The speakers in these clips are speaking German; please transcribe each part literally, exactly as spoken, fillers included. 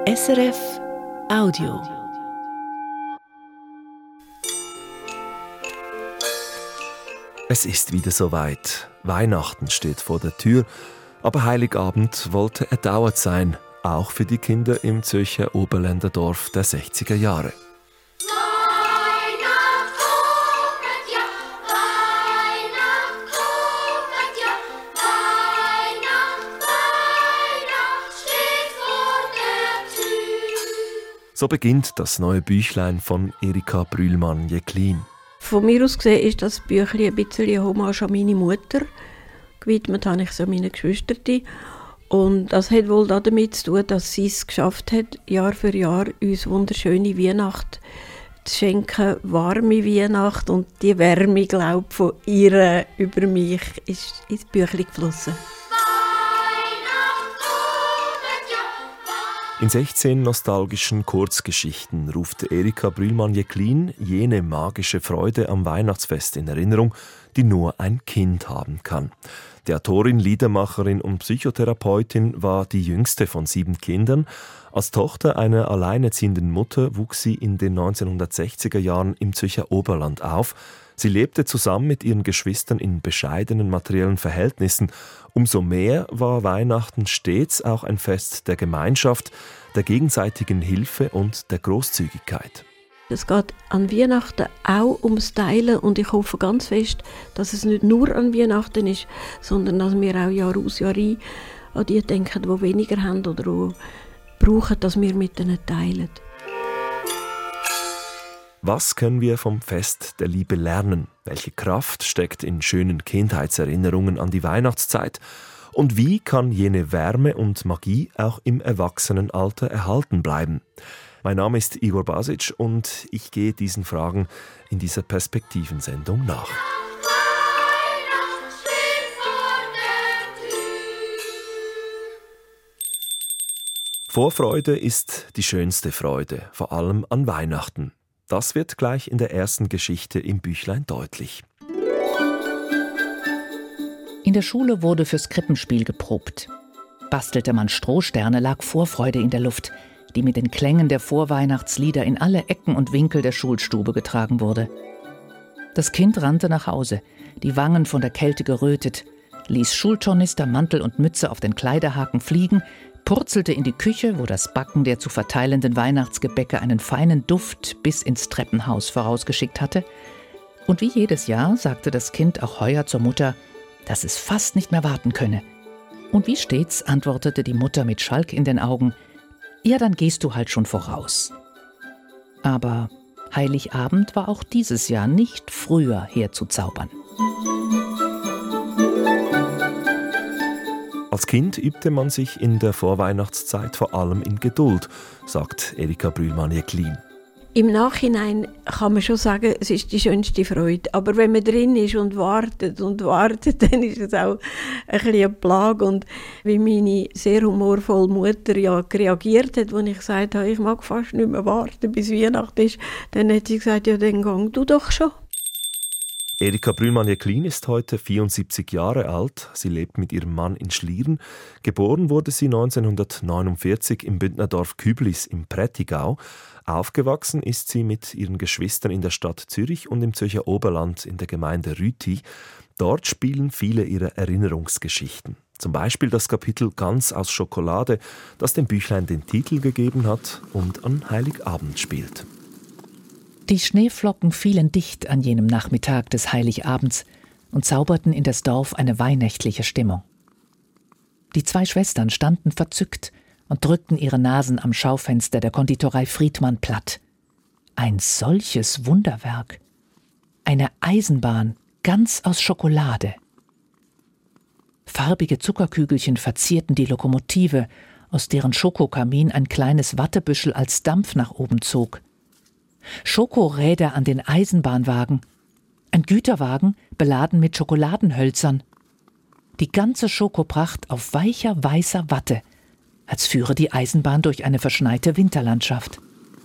S R F Audio. Es ist wieder soweit. Weihnachten steht vor der Tür, aber Heiligabend wollte erdauert sein, auch für die Kinder im Zürcher Oberländer Dorf der sechziger Jahre. So beginnt das neue Büchlein von Erika Brühlmann-Jeklin. Von mir aus gesehen ist das Büchlein ein bisschen eine Hommage an meine Mutter. Gewidmet habe ich es an meine Geschwister. Und das hat wohl damit zu tun, dass sie es geschafft hat, Jahr für Jahr uns wunderschöne Weihnacht zu schenken, warme Weihnacht. Und die Wärme, glaube ich, von ihr über mich ist ins Büchlein geflossen. In sechzehn nostalgischen Kurzgeschichten ruft Erika Brühlmann-Jeklin jene magische Freude am Weihnachtsfest in Erinnerung, die nur ein Kind haben kann. Die Autorin, Liedermacherin und Psychotherapeutin war die jüngste von sieben Kindern. Als Tochter einer alleinerziehenden Mutter wuchs sie in den neunzehnhundertsechziger Jahren im Zürcher Oberland auf. Sie lebte zusammen mit ihren Geschwistern in bescheidenen materiellen Verhältnissen. Umso mehr war Weihnachten stets auch ein Fest der Gemeinschaft, der gegenseitigen Hilfe und der Großzügigkeit. Es geht an Weihnachten auch ums Teilen und ich hoffe ganz fest, dass es nicht nur an Weihnachten ist, sondern dass wir auch Jahr aus, Jahr ein an die denken, die weniger haben oder die brauchen, dass wir mit ihnen teilen. Was können wir vom Fest der Liebe lernen? Welche Kraft steckt in schönen Kindheitserinnerungen an die Weihnachtszeit? Und wie kann jene Wärme und Magie auch im Erwachsenenalter erhalten bleiben? Mein Name ist Igor Basic und ich gehe diesen Fragen in dieser Perspektivensendung nach. Vorfreude ist die schönste Freude, vor allem an Weihnachten. Das wird gleich in der ersten Geschichte im Büchlein deutlich. In der Schule wurde fürs Krippenspiel geprobt. Bastelte man Strohsterne, lag Vorfreude in der Luft, die mit den Klängen der Vorweihnachtslieder in alle Ecken und Winkel der Schulstube getragen wurde. Das Kind rannte nach Hause, die Wangen von der Kälte gerötet, ließ Schultornister, Mantel und Mütze auf den Kleiderhaken fliegen, purzelte in die Küche, wo das Backen der zu verteilenden Weihnachtsgebäcke einen feinen Duft bis ins Treppenhaus vorausgeschickt hatte. Und wie jedes Jahr sagte das Kind auch heuer zur Mutter, dass es fast nicht mehr warten könne. Und wie stets antwortete die Mutter mit Schalk in den Augen, ja, dann gehst du halt schon voraus. Aber Heiligabend war auch dieses Jahr nicht früher herzuzaubern. Als Kind übte man sich in der Vorweihnachtszeit vor allem in Geduld, sagt Erika Brühlmann-Jeklin. Im Nachhinein kann man schon sagen, es ist die schönste Freude. Aber wenn man drin ist und wartet und wartet, dann ist es auch ein bisschen eine Plage. Und wie meine sehr humorvolle Mutter ja reagiert hat, als ich gesagt habe, ich mag fast nicht mehr warten, bis Weihnachten ist, dann hat sie gesagt, ja, dann gang du doch schon. Erika Brühlmann-Jeklin ist heute vierundsiebzig Jahre alt. Sie lebt mit ihrem Mann in Schlieren. Geboren wurde sie neunzehnhundertneunundvierzig im Bündnerdorf Küblis im Prättigau. Aufgewachsen ist sie mit ihren Geschwistern in der Stadt Zürich und im Zürcher Oberland in der Gemeinde Rüti. Dort spielen viele ihrer Erinnerungsgeschichten. Zum Beispiel das Kapitel Ganz aus Schokolade, das dem Büchlein den Titel gegeben hat und an Heiligabend spielt. Die Schneeflocken fielen dicht an jenem Nachmittag des Heiligabends und zauberten in das Dorf eine weihnächtliche Stimmung. Die zwei Schwestern standen verzückt und drückten ihre Nasen am Schaufenster der Konditorei Friedmann platt. Ein solches Wunderwerk! Eine Eisenbahn ganz aus Schokolade. Farbige Zuckerkügelchen verzierten die Lokomotive, aus deren Schokokamin ein kleines Wattebüschel als Dampf nach oben zog. Schokoräder an den Eisenbahnwagen, ein Güterwagen beladen mit Schokoladenhölzern. Die ganze Schokopracht auf weicher, weißer Watte, als führe die Eisenbahn durch eine verschneite Winterlandschaft.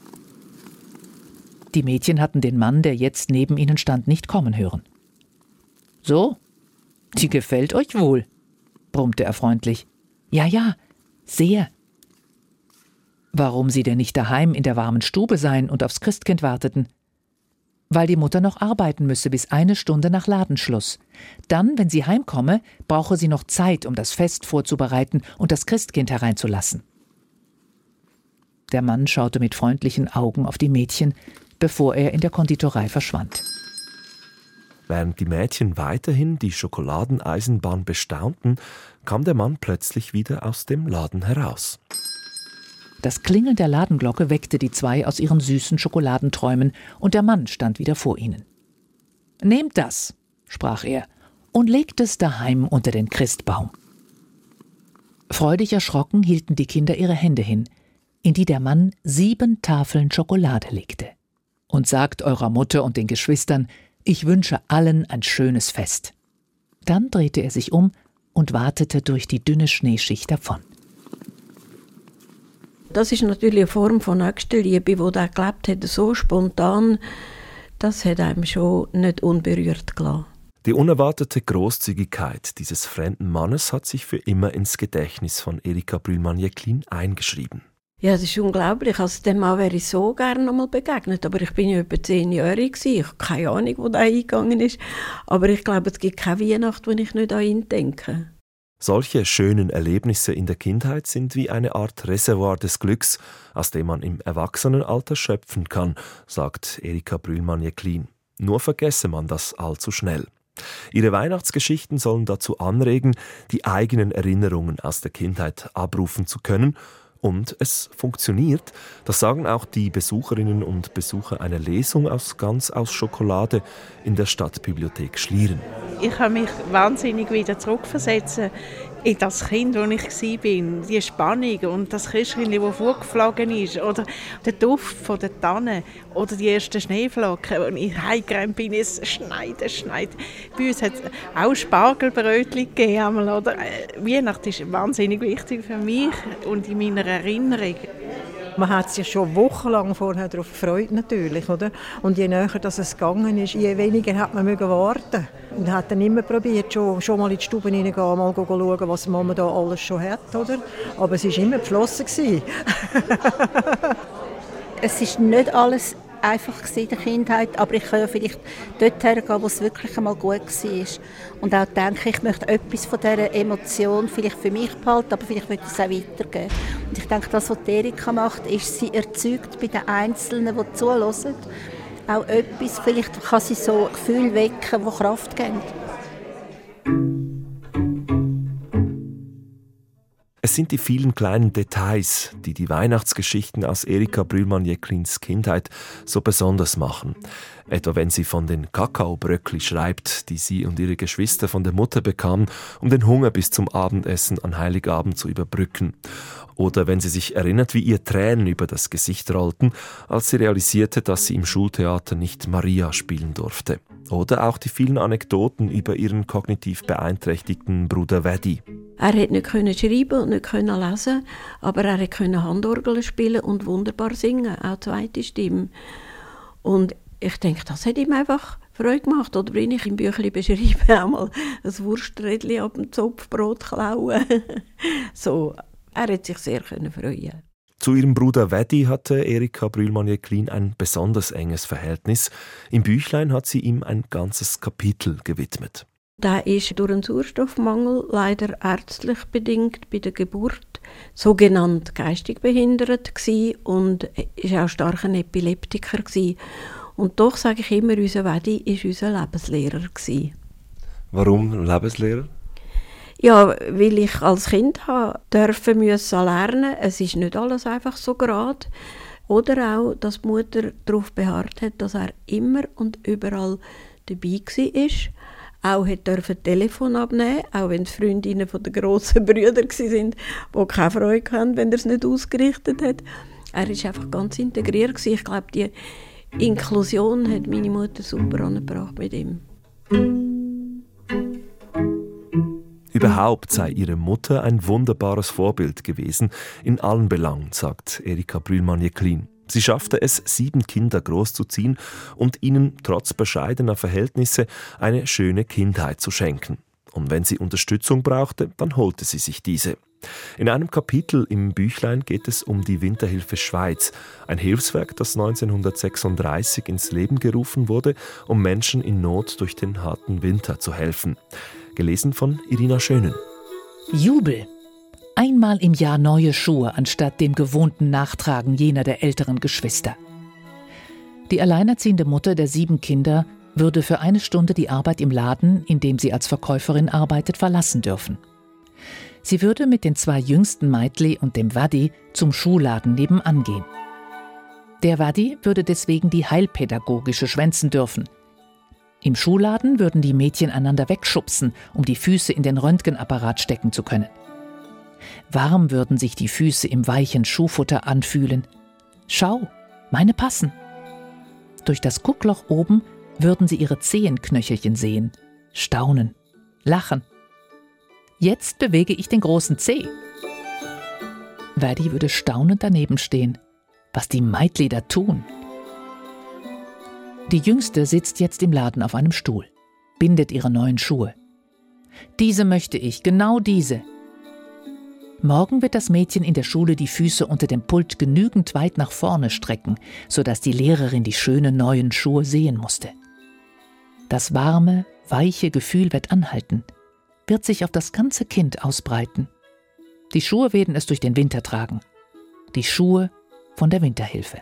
Die Mädchen hatten den Mann, der jetzt neben ihnen stand, nicht kommen hören. »So, die gefällt euch wohl«, brummte er freundlich. »Ja, ja, sehr.« Warum sie denn nicht daheim in der warmen Stube seien und aufs Christkind warteten? Weil die Mutter noch arbeiten müsse bis eine Stunde nach Ladenschluss. Dann, wenn sie heimkomme, brauche sie noch Zeit, um das Fest vorzubereiten und das Christkind hereinzulassen. Der Mann schaute mit freundlichen Augen auf die Mädchen, bevor er in der Konditorei verschwand. Während die Mädchen weiterhin die Schokoladeneisenbahn bestaunten, kam der Mann plötzlich wieder aus dem Laden heraus. Das Klingeln der Ladenglocke weckte die zwei aus ihren süßen Schokoladenträumen und der Mann stand wieder vor ihnen. »Nehmt das«, sprach er und legte es daheim unter den Christbaum. Freudig erschrocken hielten die Kinder ihre Hände hin, in die der Mann sieben Tafeln Schokolade legte. »Und sagt eurer Mutter und den Geschwistern, ich wünsche allen ein schönes Fest.« Dann drehte er sich um und watete durch die dünne Schneeschicht davon. Das ist natürlich eine Form von Nächstenliebe, die er gelebt hat, so spontan, das hat einem schon nicht unberührt gelassen. Die unerwartete Großzügigkeit dieses fremden Mannes hat sich für immer ins Gedächtnis von Erika Brühlmann-Jecklin eingeschrieben. Ja, das ist unglaublich. Also dem Mann wäre ich so gerne noch mal begegnet. Aber ich bin ja etwa zehn Jahre alt. Ich habe keine Ahnung, wo der eingegangen ist. Aber ich glaube, es gibt keine Weihnacht, wo ich nicht an ihn denke. Solche schönen Erlebnisse in der Kindheit sind wie eine Art Reservoir des Glücks, aus dem man im Erwachsenenalter schöpfen kann, sagt Erika Brühlmann-Jecklin. Nur vergesse man das allzu schnell. Ihre Weihnachtsgeschichten sollen dazu anregen, die eigenen Erinnerungen aus der Kindheit abrufen zu können. Und es funktioniert. Das sagen auch die Besucherinnen und Besucher einer Lesung aus «Ganz aus Schokolade» in der Stadtbibliothek Schlieren. Ich kann mich wahnsinnig wieder zurückversetzen in das Kind, das ich war. Die Spannung und das Christkind, das vorgeflogen ist. Oder der Duft von der Tanne. Oder die ersten Schneeflocken. Als ich heimgerannt bin, es schneit, es schneit. Bei uns hat es auch Spargelbrötchen gegeben. Oder? Weihnachten ist wahnsinnig wichtig für mich und in meiner Erinnerung. Man hat sich schon wochenlang vorher darauf gefreut, natürlich, oder? Und je näher dass es gegangen ist, je weniger hat man warten. Und hat dann immer probiert, schon, schon mal in die Stube hineingehen, mal schauen, was Mama da alles schon hat, oder? Aber es war immer beschlossen. Es ist nicht alles einfach in der Kindheit, aber ich kann ja vielleicht dort hergehen, wo es wirklich einmal gut war. Und auch denke, ich möchte etwas von dieser Emotion vielleicht für mich behalten, aber vielleicht möchte ich es auch weitergeben. Und ich denke, das, was Erika macht, ist, sie erzeugt bei den Einzelnen, die zuhören, auch etwas, vielleicht kann sie so Gefühle wecken, die Kraft geben. Es sind die vielen kleinen Details, die die Weihnachtsgeschichten aus Erika Brühlmann-Jecklins Kindheit so besonders machen. Etwa wenn sie von den Kakaobröckli schreibt, die sie und ihre Geschwister von der Mutter bekamen, um den Hunger bis zum Abendessen an Heiligabend zu überbrücken. Oder wenn sie sich erinnert, wie ihr Tränen über das Gesicht rollten, als sie realisierte, dass sie im Schultheater nicht Maria spielen durfte. Oder auch die vielen Anekdoten über ihren kognitiv beeinträchtigten Bruder Weddi. Er konnte nicht schreiben und nicht lesen, aber er konnte Handorgel spielen und wunderbar singen, auch zweite Stimme. Und ich denke, das hat ihm einfach Freude gemacht. Oder wenn ich im Büchlein beschreibe, auch mal ein Wursträdchen ab dem Zopfbrot klauen. So, er hat sich sehr freuen. Zu ihrem Bruder Weddi hatte Erika Brühlmann-Jecklin ein besonders enges Verhältnis. Im Büchlein hat sie ihm ein ganzes Kapitel gewidmet. Der ist durch einen Sauerstoffmangel leider ärztlich bedingt bei der Geburt sogenannt geistig behindert gewesen und war auch stark ein Epileptiker gewesen. Und doch sage ich immer, unser Weddi war unser Lebenslehrer gewesen. Warum Lebenslehrer? Ja, weil ich als Kind ha dürfen müssen lernen. Es ist nicht alles einfach so gerade. Oder auch, dass die Mutter darauf beharrt hat, dass er immer und überall dabei war. Auch durfte Telefon abnehmen, auch wenn es Freundinnen von den grossen Brüdern waren, die keine Freude hatten, wenn er es nicht ausgerichtet hat. Er war einfach ganz integriert. Ich glaube, die Inklusion hat meine Mutter super angebracht mit ihm. Überhaupt sei ihre Mutter ein wunderbares Vorbild gewesen, in allen Belangen, sagt Erika Brühlmann-Jecklin. Sie schaffte es, sieben Kinder großzuziehen und ihnen trotz bescheidener Verhältnisse eine schöne Kindheit zu schenken. Und wenn sie Unterstützung brauchte, dann holte sie sich diese. In einem Kapitel im Büchlein geht es um die Winterhilfe Schweiz, ein Hilfswerk, das neunzehnhundertsechsunddreißig ins Leben gerufen wurde, um Menschen in Not durch den harten Winter zu helfen. Gelesen von Irina Schönen. Jubel. Einmal im Jahr neue Schuhe anstatt dem gewohnten Nachtragen jener der älteren Geschwister. Die alleinerziehende Mutter der sieben Kinder würde für eine Stunde die Arbeit im Laden, in dem sie als Verkäuferin arbeitet, verlassen dürfen. Sie würde mit den zwei jüngsten Meitli und dem Wadi zum Schuhladen nebenan gehen. Der Wadi würde deswegen die Heilpädagogische schwänzen dürfen. Im Schuhladen würden die Mädchen einander wegschubsen, um die Füße in den Röntgenapparat stecken zu können. Warm würden sich die Füße im weichen Schuhfutter anfühlen. Schau, meine passen. Durch das Guckloch oben würden sie ihre Zehenknöchelchen sehen, staunen, lachen. Jetzt bewege ich den großen Zeh. Wadi würde staunend daneben stehen, was die Meitli da tun. Die Jüngste sitzt jetzt im Laden auf einem Stuhl, bindet ihre neuen Schuhe. Diese möchte ich, genau diese. Morgen wird das Mädchen in der Schule die Füße unter dem Pult genügend weit nach vorne strecken, sodass die Lehrerin die schönen neuen Schuhe sehen musste. Das warme, weiche Gefühl wird anhalten, wird sich auf das ganze Kind ausbreiten. Die Schuhe werden es durch den Winter tragen. Die Schuhe von der Winterhilfe.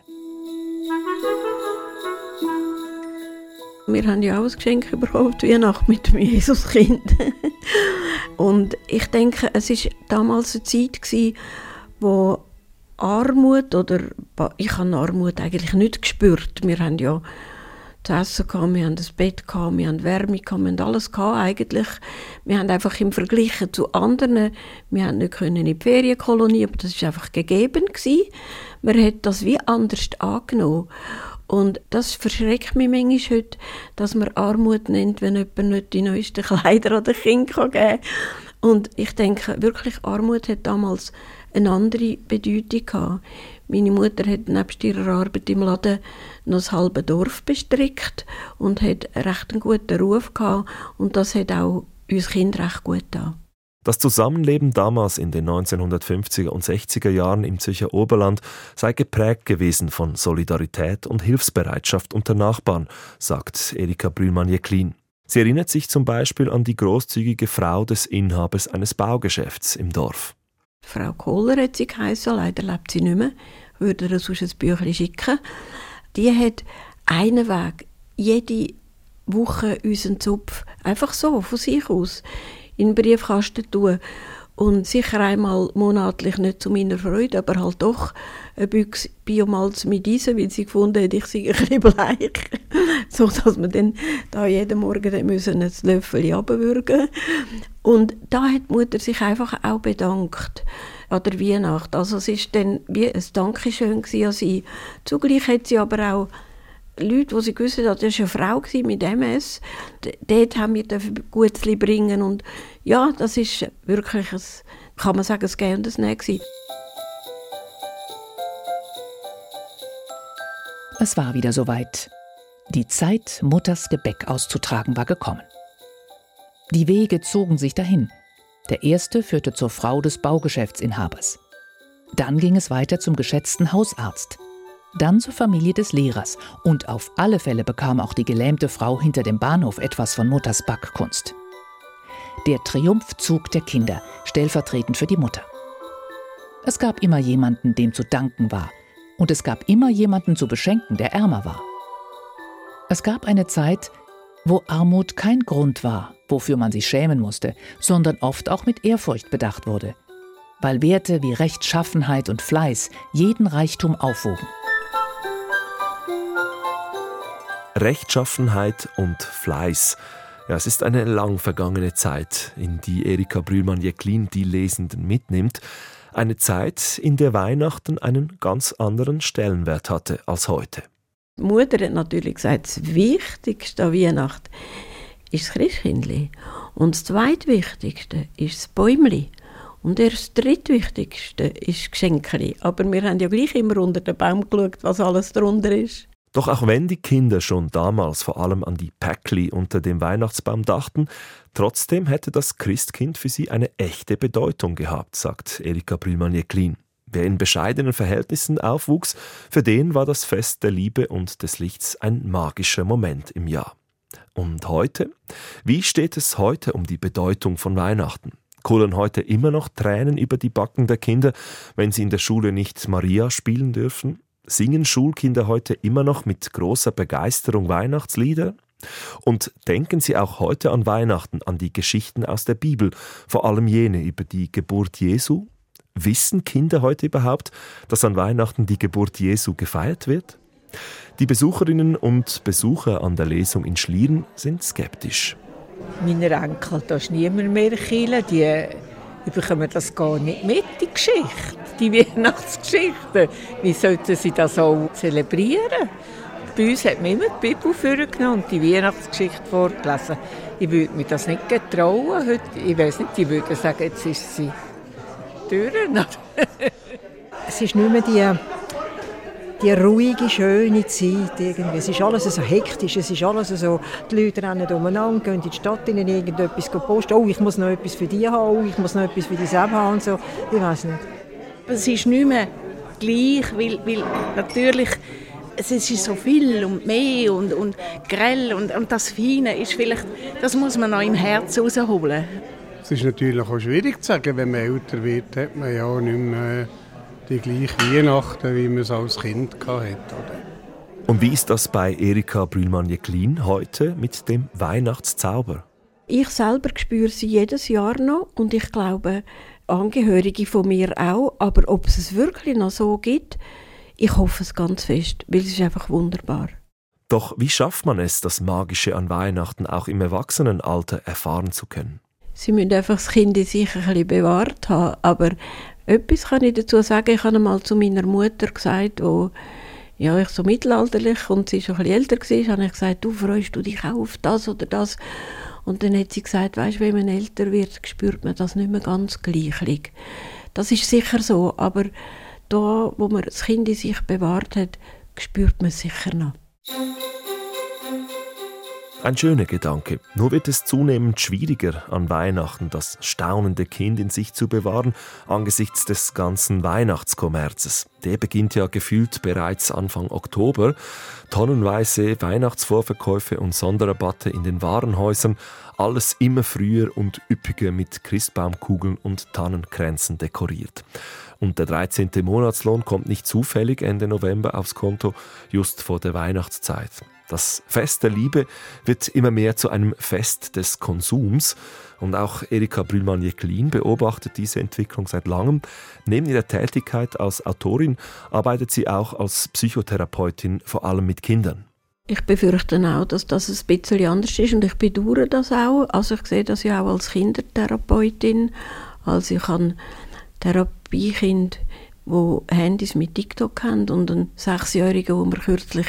Wir haben ja auch ein Geschenk bekommen, Weihnachten mit dem Jesuskind. Und ich denke, es war damals eine Zeit, wo Armut, oder ich habe Armut eigentlich nicht gespürt. Wir haben ja zu essen gehabt, wir haben das Bett gehabt, wir haben Wärme gehabt, wir haben alles gehabt eigentlich. Wir haben einfach im Vergleich zu anderen, wir haben nicht können in die Ferienkolonie, aber das war einfach gegeben gewesen. Man hat das wie anders angenommen. Und das verschreckt mich manchmal heute, dass man Armut nennt, wenn jemand nicht die neuesten Kleider an den Kindern geben kann. Und ich denke wirklich, Armut hat damals eine andere Bedeutung gehabt. Meine Mutter hat nebst ihrer Arbeit im Laden noch das halbe Dorf bestrickt und hat recht einen guten Ruf gehabt. Und das hat auch uns Kindern recht gut getan. Das Zusammenleben damals in den neunzehnhundertfünfziger und sechziger Jahren im Zürcher Oberland sei geprägt gewesen von Solidarität und Hilfsbereitschaft unter Nachbarn, sagt Erika Brühlmann-Jecklin. Sie erinnert sich zum Beispiel an die großzügige Frau des Inhabers eines Baugeschäfts im Dorf. Frau Kohler hat sie geheissen, leider lebt sie nicht mehr, würde ihr sonst ein Büchlein schicken. Die hat einen Weg, jede Woche unseren Zopf, einfach so, von sich aus, in den Briefkasten tun. Und sicher einmal monatlich, nicht zu meiner Freude, aber halt doch eine Büchse Biomalz mit Eisen, weil sie gefunden hat, ich sei ein bisschen bleich. So dass wir dann da jeden Morgen müssen ein Löffel runterwürgen. Und da hat die Mutter sich einfach auch bedankt an der Weihnacht. Also es war dann wie ein Dankeschön an sie. Zugleich hat sie aber auch Leute, die sie gewusst haben, das war eine Frau mit M S, dort haben wir Gutzli bringen. Und ja, das ist wirklich, ein, kann man sagen, ein Gehen und ein Nehmen gewesen. Es war wieder soweit. Die Zeit, Mutters Gebäck auszutragen, war gekommen. Die Wege zogen sich dahin. Der erste führte zur Frau des Baugeschäftsinhabers. Dann ging es weiter zum geschätzten Hausarzt. Dann zur Familie des Lehrers. Und auf alle Fälle bekam auch die gelähmte Frau hinter dem Bahnhof etwas von Mutters Backkunst. Der Triumphzug der Kinder, stellvertretend für die Mutter. Es gab immer jemanden, dem zu danken war. Und es gab immer jemanden zu beschenken, der ärmer war. Es gab eine Zeit, wo Armut kein Grund war, wofür man sich schämen musste, sondern oft auch mit Ehrfurcht bedacht wurde, weil Werte wie Rechtschaffenheit und Fleiß jeden Reichtum aufwogen. Rechtschaffenheit und Fleiß. Ja, es ist eine lang vergangene Zeit, in die Erika Brühlmann-Jecklin die Lesenden mitnimmt. Eine Zeit, in der Weihnachten einen ganz anderen Stellenwert hatte als heute. Die Mutter hat natürlich gesagt, das Wichtigste an Weihnachten ist das Christkindli. Und das Zweitwichtigste ist das Bäumli. Und erst das Drittwichtigste ist das Geschenkli. Aber wir haben ja gleich immer unter den Baum geschaut, was alles drunter ist. Doch auch wenn die Kinder schon damals vor allem an die Päckli unter dem Weihnachtsbaum dachten, trotzdem hätte das Christkind für sie eine echte Bedeutung gehabt, sagt Erika Brühlmann-Jecklin. Wer in bescheidenen Verhältnissen aufwuchs, für den war das Fest der Liebe und des Lichts ein magischer Moment im Jahr. Und heute? Wie steht es heute um die Bedeutung von Weihnachten? Kullern heute immer noch Tränen über die Backen der Kinder, wenn sie in der Schule nicht Maria spielen dürfen? Singen Schulkinder heute immer noch mit großer Begeisterung Weihnachtslieder? Und denken sie auch heute an Weihnachten, an die Geschichten aus der Bibel, vor allem jene über die Geburt Jesu? Wissen Kinder heute überhaupt, dass an Weihnachten die Geburt Jesu gefeiert wird? Die Besucherinnen und Besucher an der Lesung in Schlieren sind skeptisch. Meine Enkel, da ist niemand mehr in der Kirche, die bekommen das gar nicht mit, die Geschichte, die Weihnachtsgeschichte. Wie sollten sie das auch zelebrieren? Bei uns hat man immer die Bibel vorgenommen und die Weihnachtsgeschichte vorgelesen. Ich würde mir das nicht getrauen heute. Ich weiss nicht, die würden sagen, jetzt ist sie durch. Es ist nicht mehr die, die ruhige, schöne Zeit. Irgendwie. Es ist alles so hektisch, es ist alles so, die Leute rennen umeinander, gehen in die Stadt, ihnen irgendetwas posten. Oh, ich muss noch etwas für die haben, oh, ich muss noch etwas für die selber haben. Und so. Ich weiss nicht. Es ist nicht mehr gleich, weil, weil natürlich es ist so viel und mehr und, und grell und, und das Feine ist vielleicht, das muss man noch im Herz rausholen. Es ist natürlich auch schwierig zu sagen, wenn man älter wird, hat man ja nicht mehr die gleiche Weihnachten, wie man es als Kind hatte. Und wie ist das bei Erika Brühlmann-Jecklin heute mit dem Weihnachtszauber? Ich selber spüre sie jedes Jahr noch und ich glaube, Angehörige von mir auch. Aber ob es es wirklich noch so gibt, ich hoffe es ganz fest, weil es ist einfach wunderbar. Doch wie schafft man es, das Magische an Weihnachten auch im Erwachsenenalter erfahren zu können? Sie müssen einfach das Kind in sich ein bisschen bewahrt haben. Aber etwas kann ich dazu sagen. Ich habe einmal zu meiner Mutter gesagt, wo ja, ich so mittelalterlich und sie schon ein bisschen älter war, habe ich gesagt, du freust du dich auch auf das oder das. Und dann hat sie gesagt, weisst, wenn man älter wird, spürt man das nicht mehr ganz gleich. Das ist sicher so, aber da, wo man das Kind in sich bewahrt hat, spürt man es sicher noch. Ein schöner Gedanke. Nur wird es zunehmend schwieriger, an Weihnachten das staunende Kind in sich zu bewahren, angesichts des ganzen Weihnachtskommerzes. Der beginnt ja gefühlt bereits Anfang Oktober. Tonnenweise Weihnachtsvorverkäufe und Sonderrabatte in den Warenhäusern, alles immer früher und üppiger mit Christbaumkugeln und Tannenkränzen dekoriert. Und der dreizehnte Monatslohn kommt nicht zufällig Ende November aufs Konto, just vor der Weihnachtszeit. Das Fest der Liebe wird immer mehr zu einem Fest des Konsums. Und auch Erika Brühlmann-Jecklin beobachtet diese Entwicklung seit langem. Neben ihrer Tätigkeit als Autorin arbeitet sie auch als Psychotherapeutin, vor allem mit Kindern. Ich befürchte auch, dass das ein bisschen anders ist und ich bedauere das auch. Also ich sehe das ja auch als Kindertherapeutin. Also ich habe Therapiekinder, die Handys mit TikTok haben und einen Sechsjährigen, den wir kürzlich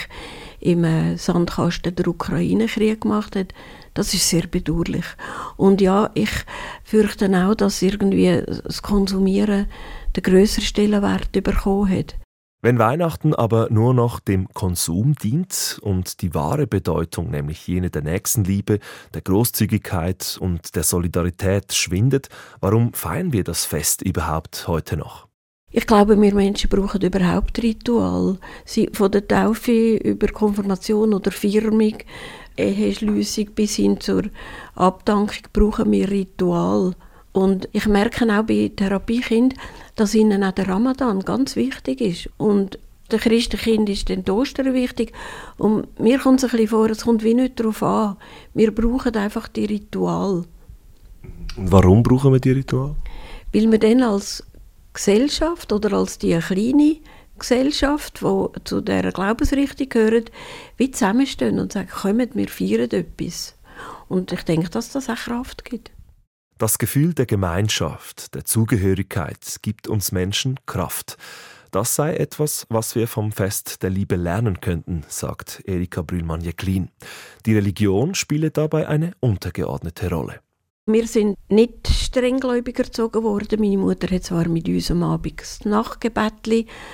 im Sandkasten der Ukraine-Krieg gemacht hat. Das ist sehr bedauerlich. Und ja, ich fürchte auch, dass irgendwie das Konsumieren den grösseren Stellenwert bekommen hat. Wenn Weihnachten aber nur noch dem Konsum dient und die wahre Bedeutung, nämlich jene der Nächstenliebe, der Großzügigkeit und der Solidarität schwindet, warum feiern wir das Fest überhaupt heute noch? Ich glaube, wir Menschen brauchen überhaupt Ritual. Sie, von der Taufe über Konfirmation oder Firmung, Eheschliessung bis hin zur Abdankung brauchen wir Ritual. Und ich merke auch bei Therapiekindern, dass ihnen auch der Ramadan ganz wichtig ist. Und den Christenkind ist den Ostern wichtig. Und mir kommt es ein bisschen vor, es kommt wie nicht darauf an. Wir brauchen einfach die Ritual. Und warum brauchen wir die Ritual? Weil wir dann als Gesellschaft oder als die kleine Gesellschaft, die zu dieser Glaubensrichtung gehört, wie zusammenstehen und sagen, kommt, wir feiern etwas. Und ich denke, dass das auch Kraft gibt. Das Gefühl der Gemeinschaft, der Zugehörigkeit gibt uns Menschen Kraft. Das sei etwas, was wir vom Fest der Liebe lernen könnten, sagt Erika Brühlmann-Jecklin. Die Religion spiele dabei eine untergeordnete Rolle. Wir sind nicht strenggläubig erzogen worden. Meine Mutter hat zwar mit uns am Abend das Nachtgebetli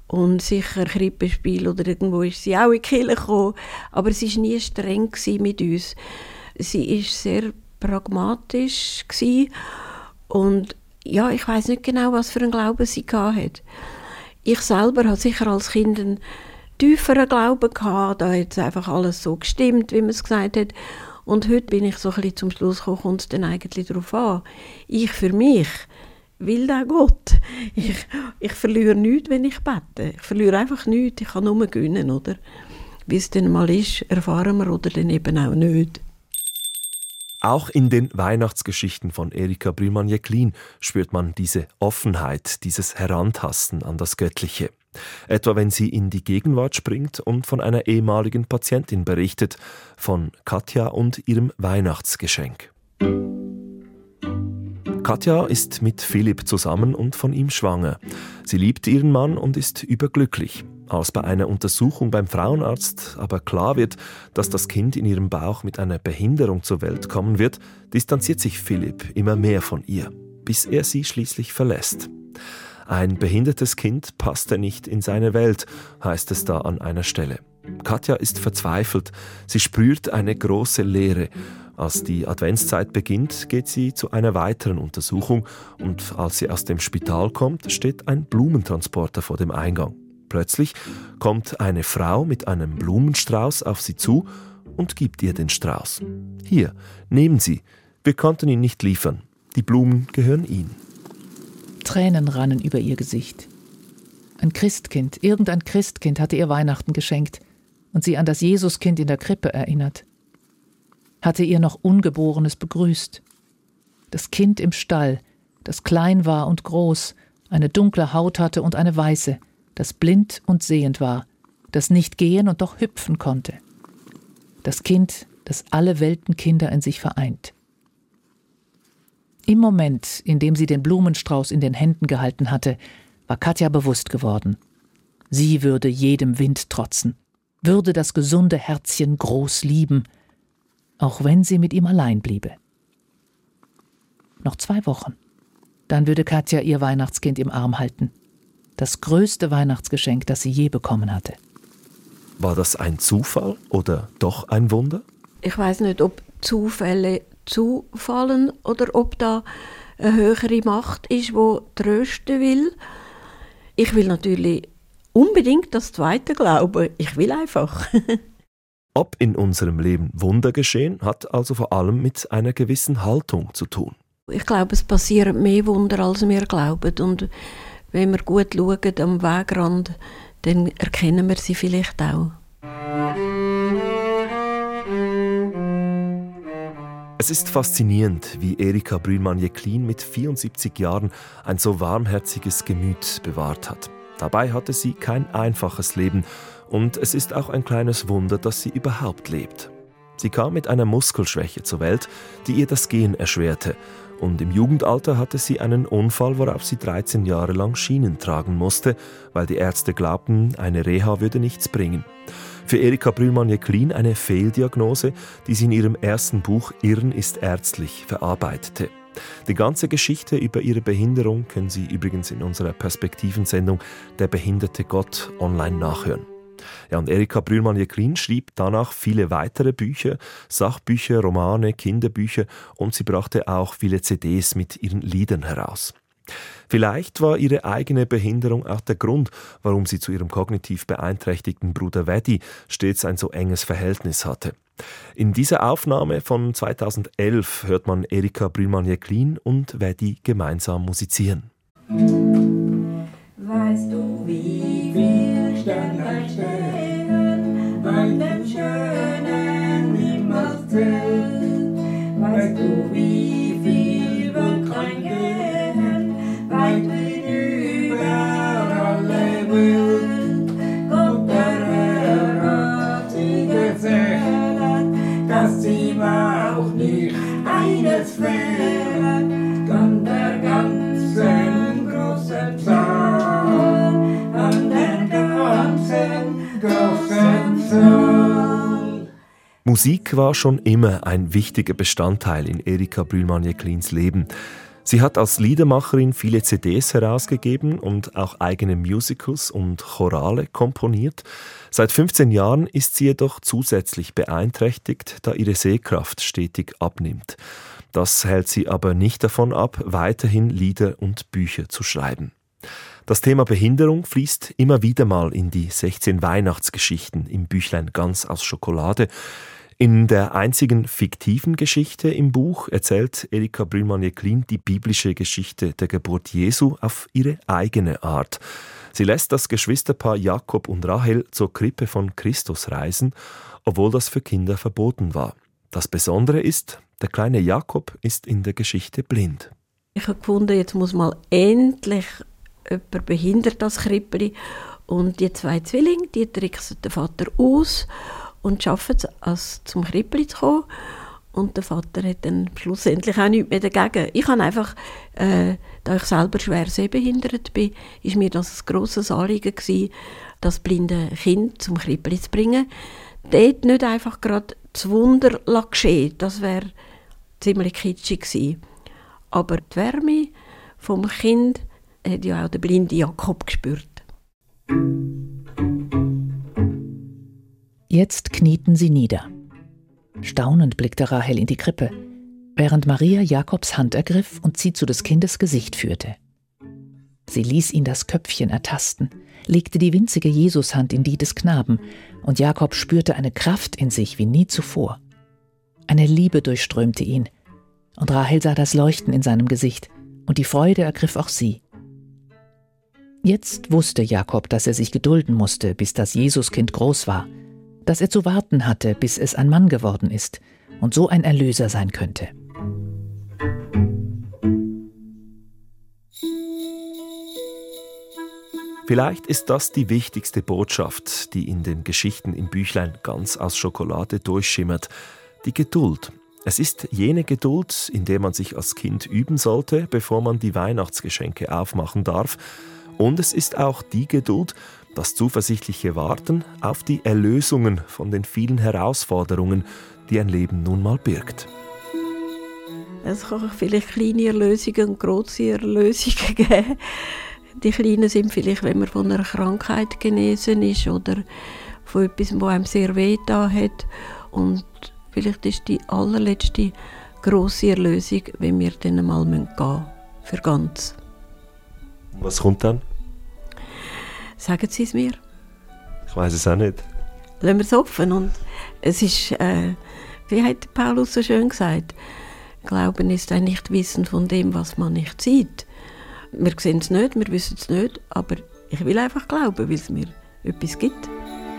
Und sicher Krippenspiel oder irgendwo ist sie auch in die Kirche gekommen. Aber sie war nie streng mit uns. Sie war sehr pragmatisch gewesen. Und ja, ich weiss nicht genau, was für einen Glauben sie hatte. Ich selber hatte sicher als Kind einen tieferen Glauben gehabt. Da hat es einfach alles so gestimmt, wie man es gesagt hat. Und heute bin ich so ein bisschen zum Schluss gekommen, kommt es dann eigentlich darauf an. Ich für mich will auch Gott. Ich, ich verliere nichts, wenn ich bete. Ich verliere einfach nichts, ich kann nur gewinnen, oder? Wie es dann mal ist, erfahren wir oder dann eben auch nicht. Auch in den Weihnachtsgeschichten von Erika Brühlmann-Jecklin spürt man diese Offenheit, dieses Herantasten an das Göttliche. Etwa wenn sie in die Gegenwart springt und von einer ehemaligen Patientin berichtet, von Katja und ihrem Weihnachtsgeschenk. Katja ist mit Philipp zusammen und von ihm schwanger. Sie liebt ihren Mann und ist überglücklich. Als bei einer Untersuchung beim Frauenarzt aber klar wird, dass das Kind in ihrem Bauch mit einer Behinderung zur Welt kommen wird, distanziert sich Philipp immer mehr von ihr, bis er sie schließlich verlässt. Ein behindertes Kind passte nicht in seine Welt, heißt es da an einer Stelle. Katja ist verzweifelt, sie spürt eine große Leere. Als die Adventszeit beginnt, geht sie zu einer weiteren Untersuchung und als sie aus dem Spital kommt, steht ein Blumentransporter vor dem Eingang. Plötzlich kommt eine Frau mit einem Blumenstrauß auf sie zu und gibt ihr den Strauß. Hier, nehmen Sie, wir konnten ihn nicht liefern. Die Blumen gehören Ihnen. Tränen rannen über ihr Gesicht. Ein Christkind, irgendein Christkind hatte ihr Weihnachten geschenkt und sie an das Jesuskind in der Krippe erinnert. Hatte ihr noch Ungeborenes begrüßt. Das Kind im Stall, das klein war und groß, eine dunkle Haut hatte und eine weiße, das blind und sehend war, das nicht gehen und doch hüpfen konnte. Das Kind, das alle Weltenkinder in sich vereint. Im Moment, in dem sie den Blumenstrauß in den Händen gehalten hatte, war Katja bewusst geworden. Sie würde jedem Wind trotzen, würde das gesunde Herzchen groß lieben, auch wenn sie mit ihm allein bliebe. Noch zwei Wochen. Dann würde Katja ihr Weihnachtskind im Arm halten. Das größte Weihnachtsgeschenk, das sie je bekommen hatte. War das ein Zufall oder doch ein Wunder? Ich weiß nicht, ob Zufälle zufallen oder ob da eine höhere Macht ist, die trösten will. Ich will natürlich unbedingt das Zweite glauben. Ich will einfach. Ob in unserem Leben Wunder geschehen, hat also vor allem mit einer gewissen Haltung zu tun. Ich glaube, es passieren mehr Wunder, als wir glauben. Und wenn wir gut schauen am Wegrand, dann erkennen wir sie vielleicht auch. Es ist faszinierend, wie Erika Brühlmann-Jecklin mit vierundsiebzig Jahren ein so warmherziges Gemüt bewahrt hat. Dabei hatte sie kein einfaches Leben und es ist auch ein kleines Wunder, dass sie überhaupt lebt. Sie kam mit einer Muskelschwäche zur Welt, die ihr das Gehen erschwerte. Und im Jugendalter hatte sie einen Unfall, worauf sie dreizehn Jahre lang Schienen tragen musste, weil die Ärzte glaubten, eine Reha würde nichts bringen. Für Erika Brühlmann-Jecklin eine Fehldiagnose, die sie in ihrem ersten Buch »Irren ist ärztlich« verarbeitete. Die ganze Geschichte über ihre Behinderung können Sie übrigens in unserer Perspektivensendung »Der behinderte Gott« online nachhören. Ja, und Erika Brühlmann-Jecklin schrieb danach viele weitere Bücher, Sachbücher, Romane, Kinderbücher und sie brachte auch viele C Ds mit ihren Liedern heraus. Vielleicht war ihre eigene Behinderung auch der Grund, warum sie zu ihrem kognitiv beeinträchtigten Bruder Weddi stets ein so enges Verhältnis hatte. In dieser Aufnahme von zweitausendelf hört man Erika Brühlmann-Jecklin und Weddi gemeinsam musizieren. Weißt du, wie viel Sterne stehen an dem schönen Himmelszelt? Weißt du, wie viel Wolken gehen weit über alle Welt? Gott, der Herr, hat sie gezählt, dass sie auch nicht eines fehlt, an der ganzen großen Zahl, an der ganzen großen Zahl. Musik war schon immer ein wichtiger Bestandteil in Erika Brühlmann-Jecklins Leben. Sie hat als Liedermacherin viele C Ds herausgegeben und auch eigene Musicals und Chorale komponiert. Seit fünfzehn Jahren ist sie jedoch zusätzlich beeinträchtigt, da ihre Sehkraft stetig abnimmt. Das hält sie aber nicht davon ab, weiterhin Lieder und Bücher zu schreiben. Das Thema Behinderung fließt immer wieder mal in die sechzehn Weihnachtsgeschichten im Büchlein Ganz aus Schokolade. In der einzigen fiktiven Geschichte im Buch erzählt Erika Brühlmann-Jecklin die biblische Geschichte der Geburt Jesu auf ihre eigene Art. Sie lässt das Geschwisterpaar Jakob und Rahel zur Krippe von Christus reisen, obwohl das für Kinder verboten war. Das Besondere ist, der kleine Jakob ist in der Geschichte blind. Ich habe gefunden, jetzt muss mal endlich jemand behindert das Krippli. Und die zwei Zwillinge, die tricksen den Vater aus und schaffen es, als zum Krippli zu kommen. Und der Vater hat dann schlussendlich auch nichts mehr dagegen. Ich habe einfach, äh, da ich selber schwer sehbehindert bin, ist mir das ein grosses Anliegen gewesen, das blinde Kind zum Krippli zu bringen. Dort nicht einfach gerade das Wunder geschehen, das wäre ziemlich kitschig gewesen. Aber die Wärme vom Kind hat ja auch der blinde Jakob gespürt. Jetzt knieten sie nieder. Staunend blickte Rahel in die Krippe, während Maria Jakobs Hand ergriff und sie zu des Kindes Gesicht führte. Sie ließ ihn das Köpfchen ertasten, legte die winzige Jesushand in die des Knaben, und Jakob spürte eine Kraft in sich wie nie zuvor. Eine Liebe durchströmte ihn, und Rahel sah das Leuchten in seinem Gesicht, und die Freude ergriff auch sie. Jetzt wusste Jakob, dass er sich gedulden musste, bis das Jesuskind groß war, dass er zu warten hatte, bis es ein Mann geworden ist und so ein Erlöser sein könnte. Vielleicht ist das die wichtigste Botschaft, die in den Geschichten im Büchlein Ganz aus Schokolade durchschimmert: die Geduld. Es ist jene Geduld, in der man sich als Kind üben sollte, bevor man die Weihnachtsgeschenke aufmachen darf. Und es ist auch die Geduld, das zuversichtliche Warten auf die Erlösungen von den vielen Herausforderungen, die ein Leben nun mal birgt. Es kann vielleicht kleine Erlösungen und grosse Erlösungen geben. Die kleinen sind vielleicht, wenn man von einer Krankheit genesen ist oder von etwas, das einem sehr weh getan hat. Und vielleicht ist die allerletzte grosse Erlösung, wenn wir dann einmal gehen müssen, für ganz. Was kommt dann? Sagen Sie es mir. Ich weiß es auch nicht. Lassen wir es offen. Und es ist, äh, wie hat Paulus so schön gesagt, Glauben ist ein Nichtwissen von dem, was man nicht sieht. Wir sehen es nicht, wir wissen es nicht, aber ich will einfach glauben, weil es mir etwas gibt.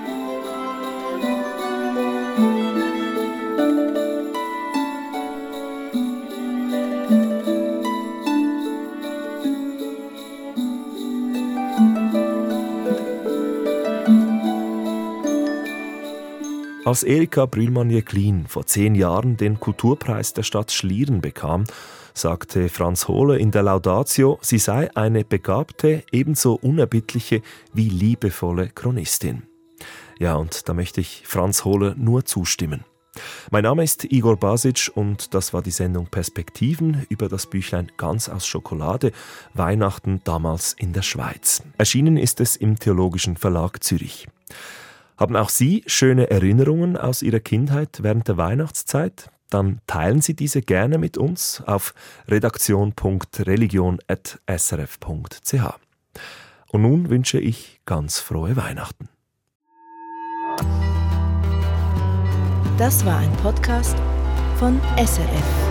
Als Erika Brühlmann-Jecklin vor zehn Jahren den Kulturpreis der Stadt Schlieren bekam, sagte Franz Hohle in der Laudatio, sie sei eine begabte, ebenso unerbittliche wie liebevolle Chronistin. Ja, und da möchte ich Franz Hohle nur zustimmen. Mein Name ist Igor Basic und das war die Sendung Perspektiven über das Büchlein Ganz aus Schokolade, Weihnachten damals in der Schweiz. Erschienen ist es im Theologischen Verlag Zürich. Haben auch Sie schöne Erinnerungen aus Ihrer Kindheit während der Weihnachtszeit? Dann teilen Sie diese gerne mit uns auf redaktion punkt religion at s r f punkt c h. Und nun wünsche ich ganz frohe Weihnachten. Das war ein Podcast von S R F.